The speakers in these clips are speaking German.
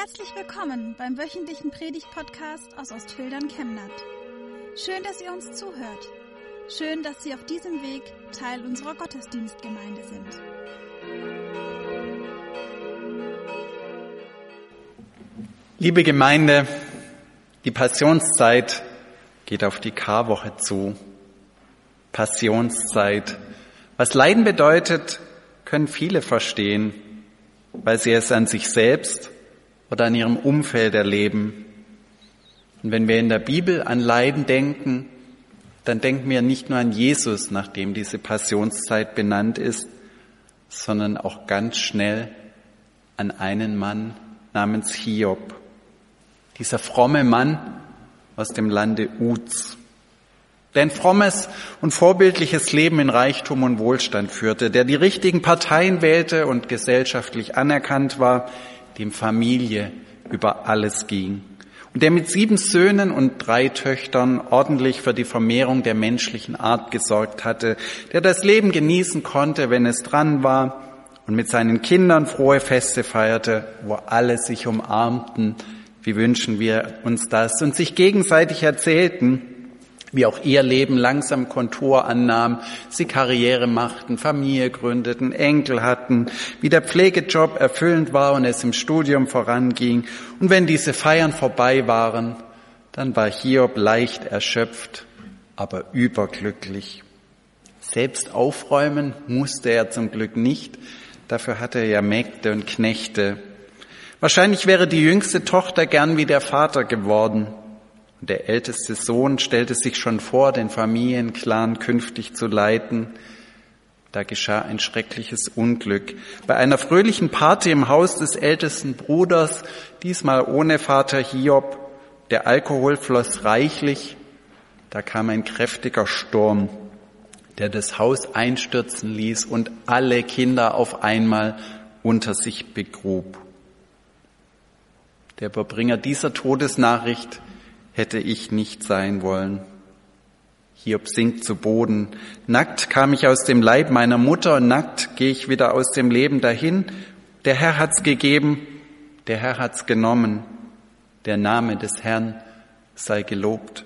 Herzlich willkommen beim wöchentlichen Predigt-Podcast aus Ostfildern-Chemnat. Schön, dass ihr uns zuhört. Schön, dass Sie auf diesem Weg Teil unserer Gottesdienstgemeinde sind. Liebe Gemeinde, die Passionszeit geht auf die Karwoche zu. Passionszeit. Was Leiden bedeutet, können viele verstehen, weil sie es an sich selbst oder an ihrem Umfeld erleben. Und wenn wir in der Bibel an Leiden denken, dann denken wir nicht nur an Jesus, nach dem diese Passionszeit benannt ist, sondern auch ganz schnell an einen Mann namens Hiob. Dieser fromme Mann aus dem Lande Uz, der ein frommes und vorbildliches Leben in Reichtum und Wohlstand führte, der die richtigen Parteien wählte und gesellschaftlich anerkannt war, dem Familie über alles ging und der mit 7 Söhnen und 3 Töchtern ordentlich für die Vermehrung der menschlichen Art gesorgt hatte, der das Leben genießen konnte, wenn es dran war und mit seinen Kindern frohe Feste feierte, wo alle sich umarmten, wie wünschen wir uns das, und sich gegenseitig erzählten, wie auch ihr Leben langsam Kontur annahm, sie Karriere machten, Familie gründeten, Enkel hatten, wie der Pflegejob erfüllend war und es im Studium voranging. Und wenn diese Feiern vorbei waren, dann war Hiob leicht erschöpft, aber überglücklich. Selbst aufräumen musste er zum Glück nicht, dafür hatte er ja Mägde und Knechte. Wahrscheinlich wäre die jüngste Tochter gern wie der Vater geworden. Und der älteste Sohn stellte sich schon vor, den Familienclan künftig zu leiten. Da geschah ein schreckliches Unglück. Bei einer fröhlichen Party im Haus des ältesten Bruders, diesmal ohne Vater Hiob, der Alkohol floss reichlich, da kam ein kräftiger Sturm, der das Haus einstürzen ließ und alle Kinder auf einmal unter sich begrub. Der Überbringer dieser Todesnachricht hätte ich nicht sein wollen. Hiob sinkt zu Boden. Nackt kam ich aus dem Leib meiner Mutter und nackt gehe ich wieder aus dem Leben dahin. Der Herr hat's gegeben, der Herr hat's genommen. Der Name des Herrn sei gelobt.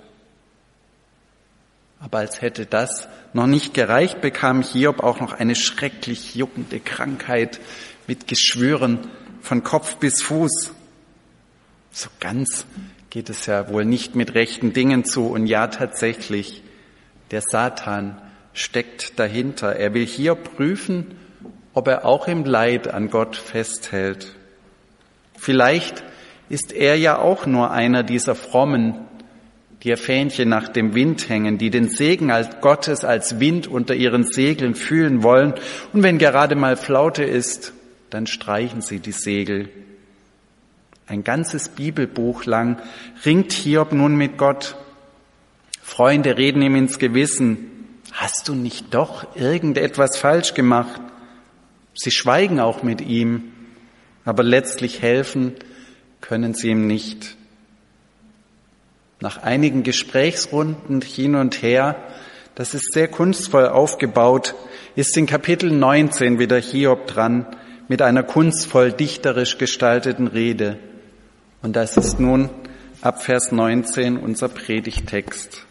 Aber als hätte das noch nicht gereicht, bekam Hiob auch noch eine schrecklich juckende Krankheit mit Geschwüren von Kopf bis Fuß. So ganz geht es ja wohl nicht mit rechten Dingen zu. Und ja, tatsächlich, der Satan steckt dahinter. Er will hier prüfen, ob er auch im Leid an Gott festhält. Vielleicht ist er ja auch nur einer dieser Frommen, die ihr Fähnchen nach dem Wind hängen, die den Segen als Gottes als Wind unter ihren Segeln fühlen wollen. Und wenn gerade mal Flaute ist, dann streichen sie die Segel. Ein ganzes Bibelbuch lang ringt Hiob nun mit Gott. Freunde reden ihm ins Gewissen. Hast du nicht doch irgendetwas falsch gemacht? Sie schweigen auch mit ihm, aber letztlich helfen können sie ihm nicht. Nach einigen Gesprächsrunden hin und her, das ist sehr kunstvoll aufgebaut, ist in Kapitel 19 wieder Hiob dran mit einer kunstvoll dichterisch gestalteten Rede. Und das ist nun ab Vers 19 unser Predigtext.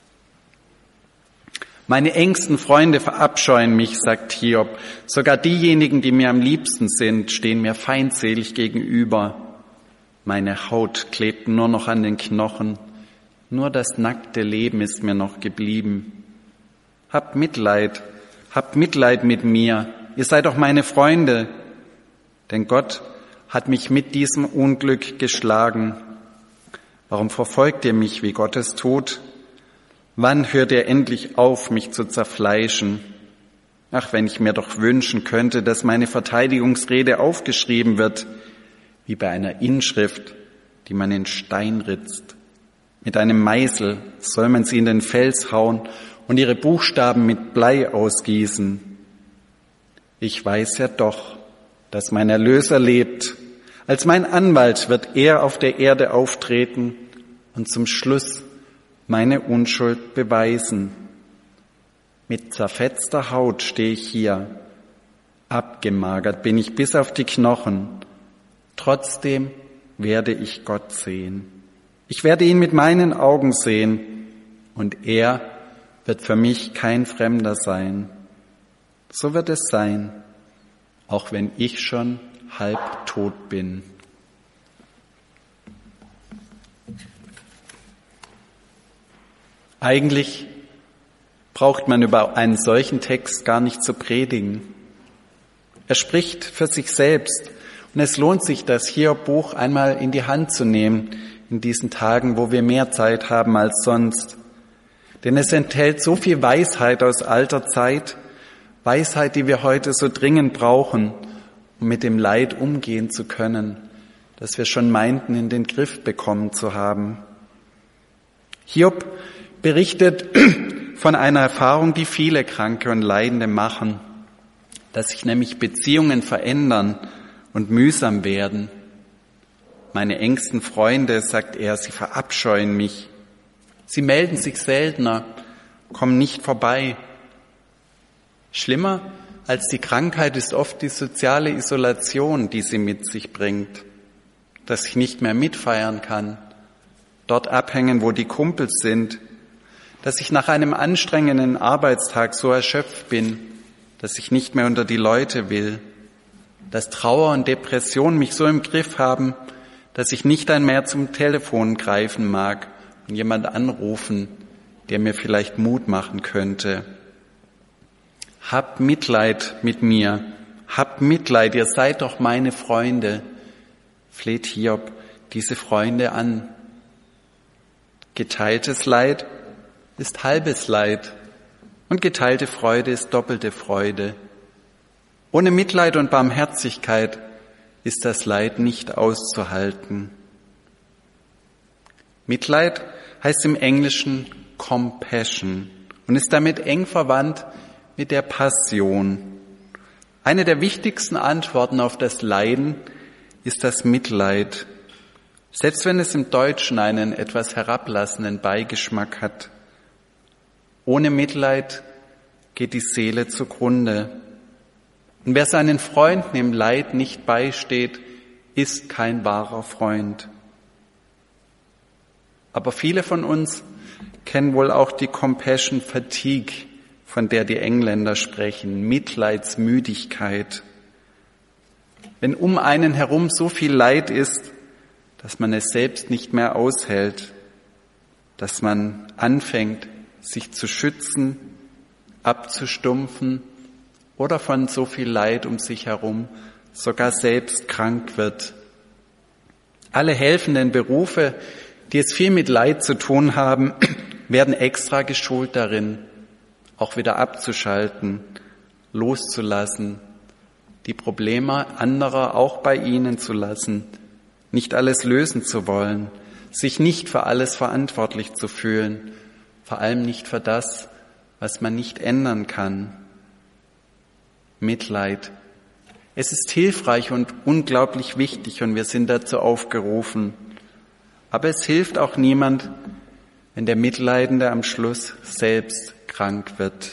Meine engsten Freunde verabscheuen mich, sagt Hiob. Sogar diejenigen, die mir am liebsten sind, stehen mir feindselig gegenüber. Meine Haut klebt nur noch an den Knochen. Nur das nackte Leben ist mir noch geblieben. Habt Mitleid mit mir. Ihr seid doch meine Freunde. Denn Gott hat mich mit diesem Unglück geschlagen. Warum verfolgt ihr mich, wie Gott es tut? Wann hört ihr endlich auf, mich zu zerfleischen? Ach, wenn ich mir doch wünschen könnte, dass meine Verteidigungsrede aufgeschrieben wird, wie bei einer Inschrift, die man in Stein ritzt. Mit einem Meißel soll man sie in den Fels hauen und ihre Buchstaben mit Blei ausgießen. Ich weiß ja doch, dass mein Erlöser lebt. Als mein Anwalt wird er auf der Erde auftreten und zum Schluss meine Unschuld beweisen. Mit zerfetzter Haut stehe ich hier. Abgemagert bin ich bis auf die Knochen. Trotzdem werde ich Gott sehen. Ich werde ihn mit meinen Augen sehen und er wird für mich kein Fremder sein. So wird es sein, auch wenn ich schon halb tot bin. Eigentlich braucht man über einen solchen Text gar nicht zu predigen. Er spricht für sich selbst und es lohnt sich, das Hiob-Buch einmal in die Hand zu nehmen in diesen Tagen, wo wir mehr Zeit haben als sonst. Denn es enthält so viel Weisheit aus alter Zeit, Weisheit, die wir heute so dringend brauchen, um mit dem Leid umgehen zu können, das wir schon meinten, in den Griff bekommen zu haben. Hiob berichtet von einer Erfahrung, die viele Kranke und Leidende machen, dass sich nämlich Beziehungen verändern und mühsam werden. Meine engsten Freunde, sagt er, sie verabscheuen mich. Sie melden sich seltener, kommen nicht vorbei. Schlimmer als die Krankheit ist oft die soziale Isolation, die sie mit sich bringt, dass ich nicht mehr mitfeiern kann, dort abhängen, wo die Kumpels sind, dass ich nach einem anstrengenden Arbeitstag so erschöpft bin, dass ich nicht mehr unter die Leute will, dass Trauer und Depression mich so im Griff haben, dass ich nicht einmal zum Telefon greifen mag und jemand anrufen, der mir vielleicht Mut machen könnte. Habt Mitleid mit mir, habt Mitleid, ihr seid doch meine Freunde, fleht Hiob diese Freunde an. Geteiltes Leid ist halbes Leid und geteilte Freude ist doppelte Freude. Ohne Mitleid und Barmherzigkeit ist das Leid nicht auszuhalten. Mitleid heißt im Englischen Compassion und ist damit eng verwandt mit der Passion. Eine der wichtigsten Antworten auf das Leiden ist das Mitleid, selbst wenn es im Deutschen einen etwas herablassenden Beigeschmack hat. Ohne Mitleid geht die Seele zugrunde. Und wer seinen Freunden im Leid nicht beisteht, ist kein wahrer Freund. Aber viele von uns kennen wohl auch die Compassion Fatigue, von der die Engländer sprechen, Mitleidsmüdigkeit. Wenn um einen herum so viel Leid ist, dass man es selbst nicht mehr aushält, dass man anfängt, sich zu schützen, abzustumpfen oder von so viel Leid um sich herum sogar selbst krank wird. Alle helfenden Berufe, die es viel mit Leid zu tun haben, werden extra geschult darin, auch wieder abzuschalten, loszulassen, die Probleme anderer auch bei ihnen zu lassen, nicht alles lösen zu wollen, sich nicht für alles verantwortlich zu fühlen, vor allem nicht für das, was man nicht ändern kann. Mitleid. Es ist hilfreich und unglaublich wichtig und wir sind dazu aufgerufen. Aber es hilft auch niemand, wenn der Mitleidende am Schluss selbst krank wird.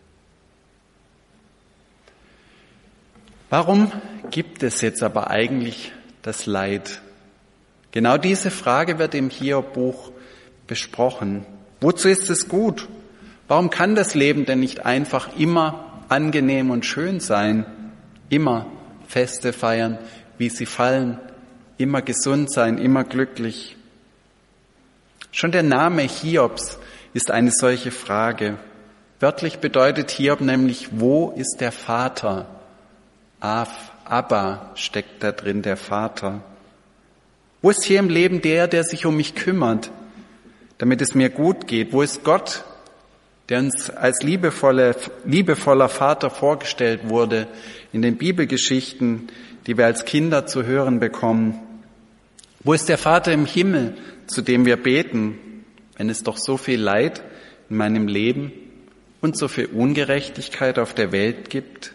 Warum gibt es jetzt aber eigentlich das Leid? Genau diese Frage wird im Hiob-Buch besprochen. Wozu ist es gut? Warum kann das Leben denn nicht einfach immer angenehm und schön sein? Immer Feste feiern, wie sie fallen, immer gesund sein, immer glücklich. Schon der Name Hiobs ist eine solche Frage. Wörtlich bedeutet Hiob nämlich, wo ist der Vater? Abba steckt da drin, der Vater. Wo ist hier im Leben der sich um mich kümmert, damit es mir gut geht? Wo ist Gott, der uns als liebevoller Vater vorgestellt wurde in den Bibelgeschichten, die wir als Kinder zu hören bekommen? Wo ist der Vater im Himmel, zu dem wir beten, wenn es doch so viel Leid in meinem Leben und so viel Ungerechtigkeit auf der Welt gibt?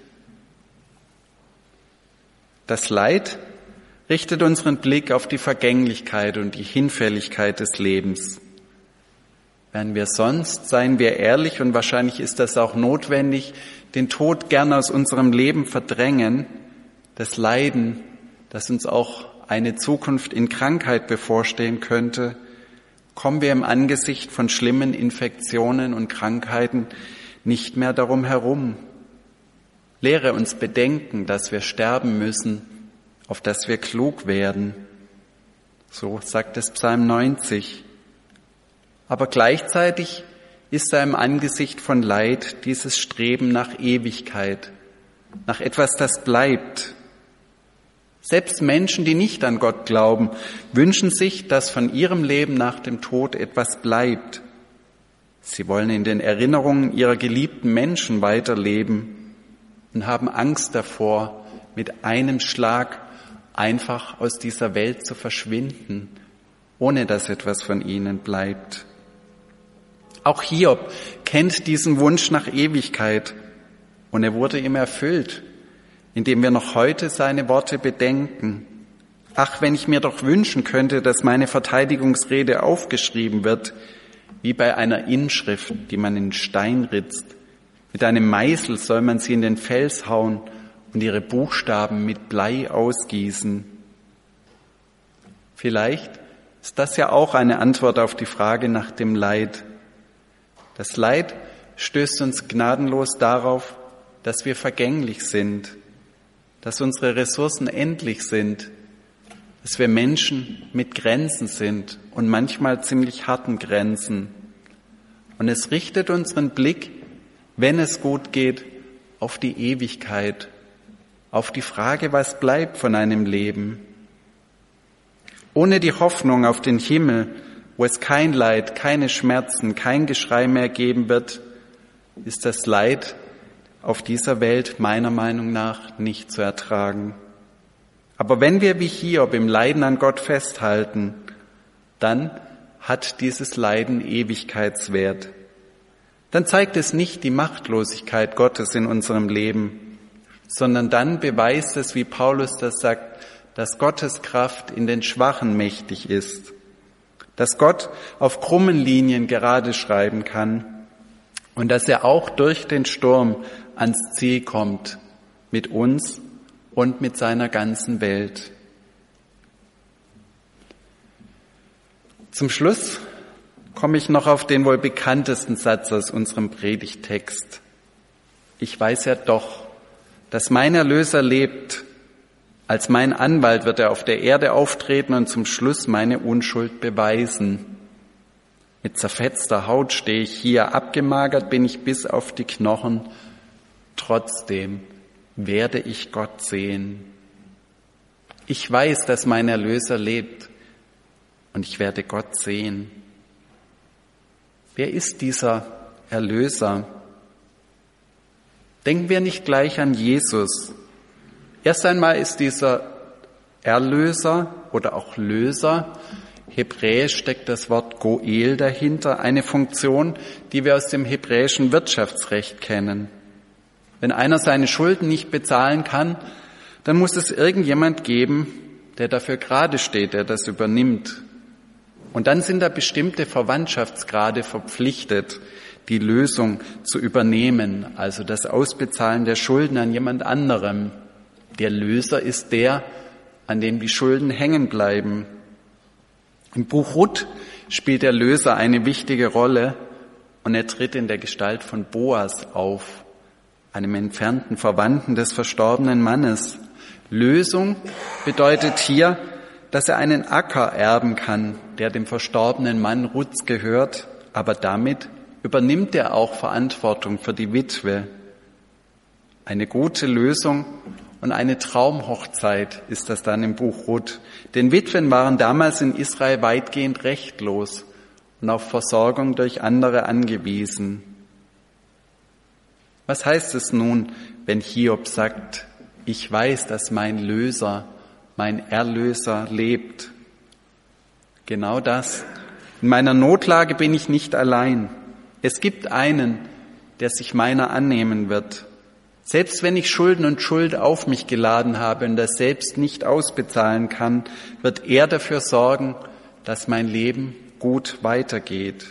Das Leid richtet unseren Blick auf die Vergänglichkeit und die Hinfälligkeit des Lebens. Wären wir sonst, seien wir ehrlich, und wahrscheinlich ist das auch notwendig, den Tod gern aus unserem Leben verdrängen, das Leiden, das uns auch eine Zukunft in Krankheit bevorstehen könnte, kommen wir im Angesicht von schlimmen Infektionen und Krankheiten nicht mehr darum herum. Lehre uns bedenken, dass wir sterben müssen, auf dass wir klug werden. So sagt es Psalm 90. Aber gleichzeitig ist da im Angesicht von Leid dieses Streben nach Ewigkeit, nach etwas, das bleibt. Selbst Menschen, die nicht an Gott glauben, wünschen sich, dass von ihrem Leben nach dem Tod etwas bleibt. Sie wollen in den Erinnerungen ihrer geliebten Menschen weiterleben und haben Angst davor, mit einem Schlag einfach aus dieser Welt zu verschwinden, ohne dass etwas von ihnen bleibt. Auch Hiob kennt diesen Wunsch nach Ewigkeit und er wurde ihm erfüllt, indem wir noch heute seine Worte bedenken. Ach, wenn ich mir doch wünschen könnte, dass meine Verteidigungsrede aufgeschrieben wird, wie bei einer Inschrift, die man in Stein ritzt. Mit einem Meißel soll man sie in den Fels hauen und ihre Buchstaben mit Blei ausgießen. Vielleicht ist das ja auch eine Antwort auf die Frage nach dem Leid. Das Leid stößt uns gnadenlos darauf, dass wir vergänglich sind, dass unsere Ressourcen endlich sind, dass wir Menschen mit Grenzen sind und manchmal ziemlich harten Grenzen. Und es richtet unseren Blick, wenn es gut geht, auf die Ewigkeit, auf die Frage, was bleibt von einem Leben. Ohne die Hoffnung auf den Himmel, wo es kein Leid, keine Schmerzen, kein Geschrei mehr geben wird, ist das Leid auf dieser Welt meiner Meinung nach nicht zu ertragen. Aber wenn wir wie Hiob im Leiden an Gott festhalten, dann hat dieses Leiden Ewigkeitswert. Dann zeigt es nicht die Machtlosigkeit Gottes in unserem Leben, sondern dann beweist es, wie Paulus das sagt, dass Gottes Kraft in den Schwachen mächtig ist, dass Gott auf krummen Linien gerade schreiben kann und dass er auch durch den Sturm ans Ziel kommt, mit uns und mit seiner ganzen Welt. Zum Schluss komme ich noch auf den wohl bekanntesten Satz aus unserem Predigttext. Ich weiß ja doch, dass mein Erlöser lebt. Als mein Anwalt wird er auf der Erde auftreten und zum Schluss meine Unschuld beweisen. Mit zerfetzter Haut stehe ich hier, abgemagert bin ich bis auf die Knochen. Trotzdem werde ich Gott sehen. Ich weiß, dass mein Erlöser lebt und ich werde Gott sehen. Wer ist dieser Erlöser? Denken wir nicht gleich an Jesus. Erst einmal ist dieser Erlöser oder auch Löser, hebräisch steckt das Wort Goel dahinter, eine Funktion, die wir aus dem hebräischen Wirtschaftsrecht kennen. Wenn einer seine Schulden nicht bezahlen kann, dann muss es irgendjemand geben, der dafür gerade steht, der das übernimmt. Und dann sind da bestimmte Verwandtschaftsgrade verpflichtet, die Lösung zu übernehmen, also das Ausbezahlen der Schulden an jemand anderem. Der Löser ist der, an dem die Schulden hängen bleiben. Im Buch Ruth spielt der Löser eine wichtige Rolle und er tritt in der Gestalt von Boas auf, einem entfernten Verwandten des verstorbenen Mannes. Lösung bedeutet hier, dass er einen Acker erben kann, der dem verstorbenen Mann Ruths gehört, aber damit übernimmt er auch Verantwortung für die Witwe. Eine gute Lösung und eine Traumhochzeit ist das dann im Buch Ruth. Denn Witwen waren damals in Israel weitgehend rechtlos und auf Versorgung durch andere angewiesen. Was heißt es nun, wenn Hiob sagt, ich weiß, dass mein Löser, mein Erlöser lebt? Genau das. In meiner Notlage bin ich nicht allein. Es gibt einen, der sich meiner annehmen wird. Selbst wenn ich Schulden und Schuld auf mich geladen habe und das selbst nicht ausbezahlen kann, wird er dafür sorgen, dass mein Leben gut weitergeht.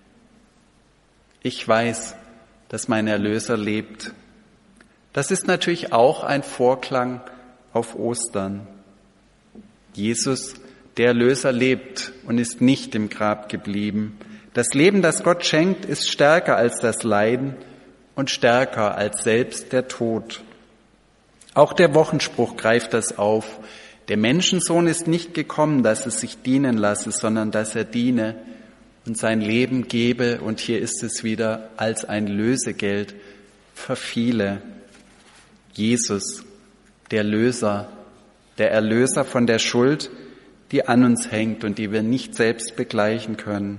Ich weiß, dass mein Erlöser lebt. Das ist natürlich auch ein Vorklang auf Ostern. Jesus, der Erlöser, lebt und ist nicht im Grab geblieben. Das Leben, das Gott schenkt, ist stärker als das Leiden und stärker als selbst der Tod. Auch der Wochenspruch greift das auf. Der Menschensohn ist nicht gekommen, dass es sich dienen lasse, sondern dass er diene und sein Leben gebe. Und hier ist es wieder als ein Lösegeld für viele. Jesus, der Erlöser von der Schuld, die an uns hängt und die wir nicht selbst begleichen können.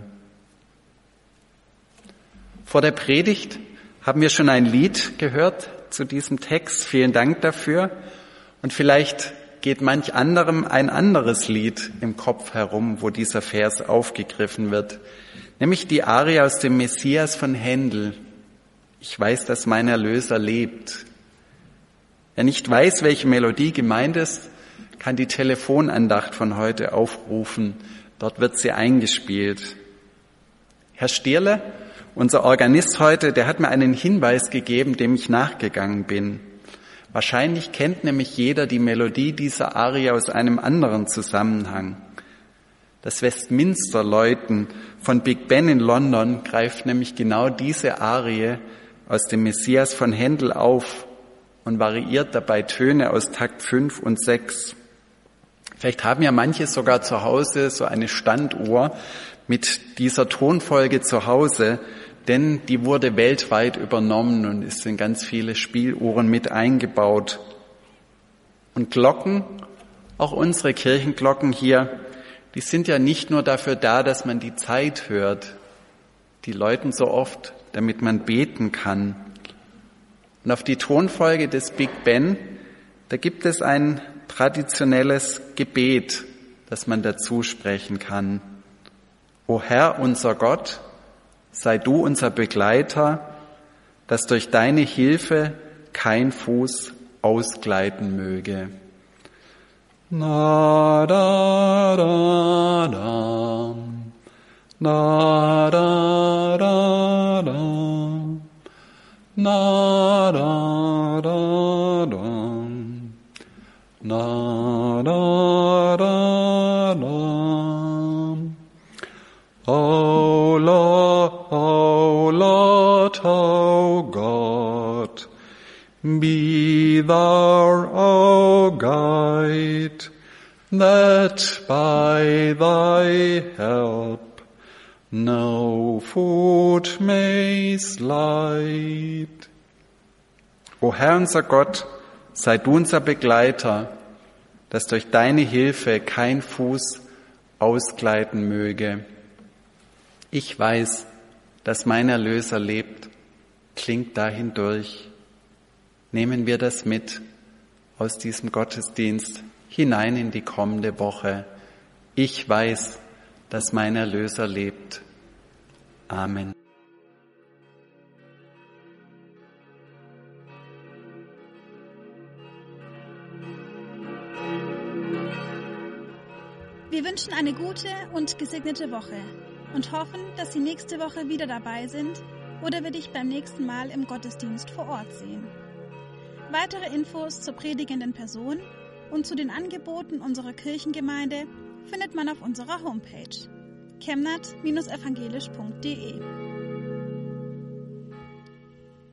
Vor der Predigt haben wir schon ein Lied gehört zu diesem Text. Vielen Dank dafür. Und vielleicht geht manch anderem ein anderes Lied im Kopf herum, wo dieser Vers aufgegriffen wird. Nämlich die Arie aus dem Messias von Händel. Ich weiß, dass mein Erlöser lebt. Wer nicht weiß, welche Melodie gemeint ist, kann die Telefonandacht von heute aufrufen. Dort wird sie eingespielt. Herr Stierle, unser Organist heute, der hat mir einen Hinweis gegeben, dem ich nachgegangen bin. Wahrscheinlich kennt nämlich jeder die Melodie dieser Arie aus einem anderen Zusammenhang. Das Westminster-Läuten von Big Ben in London greift nämlich genau diese Arie aus dem Messias von Händel auf und variiert dabei Töne aus Takt 5 und 6. Vielleicht haben ja manche sogar zu Hause so eine Standuhr mit dieser Tonfolge zu Hause, denn die wurde weltweit übernommen und ist in ganz viele Spieluhren mit eingebaut. Und Glocken, auch unsere Kirchenglocken hier, die sind ja nicht nur dafür da, dass man die Zeit hört. Die läuten so oft, damit man beten kann. Und auf die Tonfolge des Big Ben, da gibt es ein traditionelles Gebet, das man dazu sprechen kann. O Herr, unser Gott, sei du unser Begleiter, dass durch deine Hilfe kein Fuß ausgleiten möge. Na da da da, na da da da, na da da da, na da da da. O Lord, O God, be thou our guide, that by thy help no foot may slide. O Herr, unser Gott, sei du unser Begleiter, dass durch deine Hilfe kein Fuß ausgleiten möge. Ich weiß, dass mein Erlöser lebt, klingt da hindurch. Nehmen wir das mit aus diesem Gottesdienst hinein in die kommende Woche. Ich weiß, dass mein Erlöser lebt. Amen. Wir wünschen eine gute und gesegnete Woche und hoffen, dass Sie nächste Woche wieder dabei sind oder wir dich beim nächsten Mal im Gottesdienst vor Ort sehen. Weitere Infos zur predigenden Person und zu den Angeboten unserer Kirchengemeinde findet man auf unserer Homepage chemnat-evangelisch.de.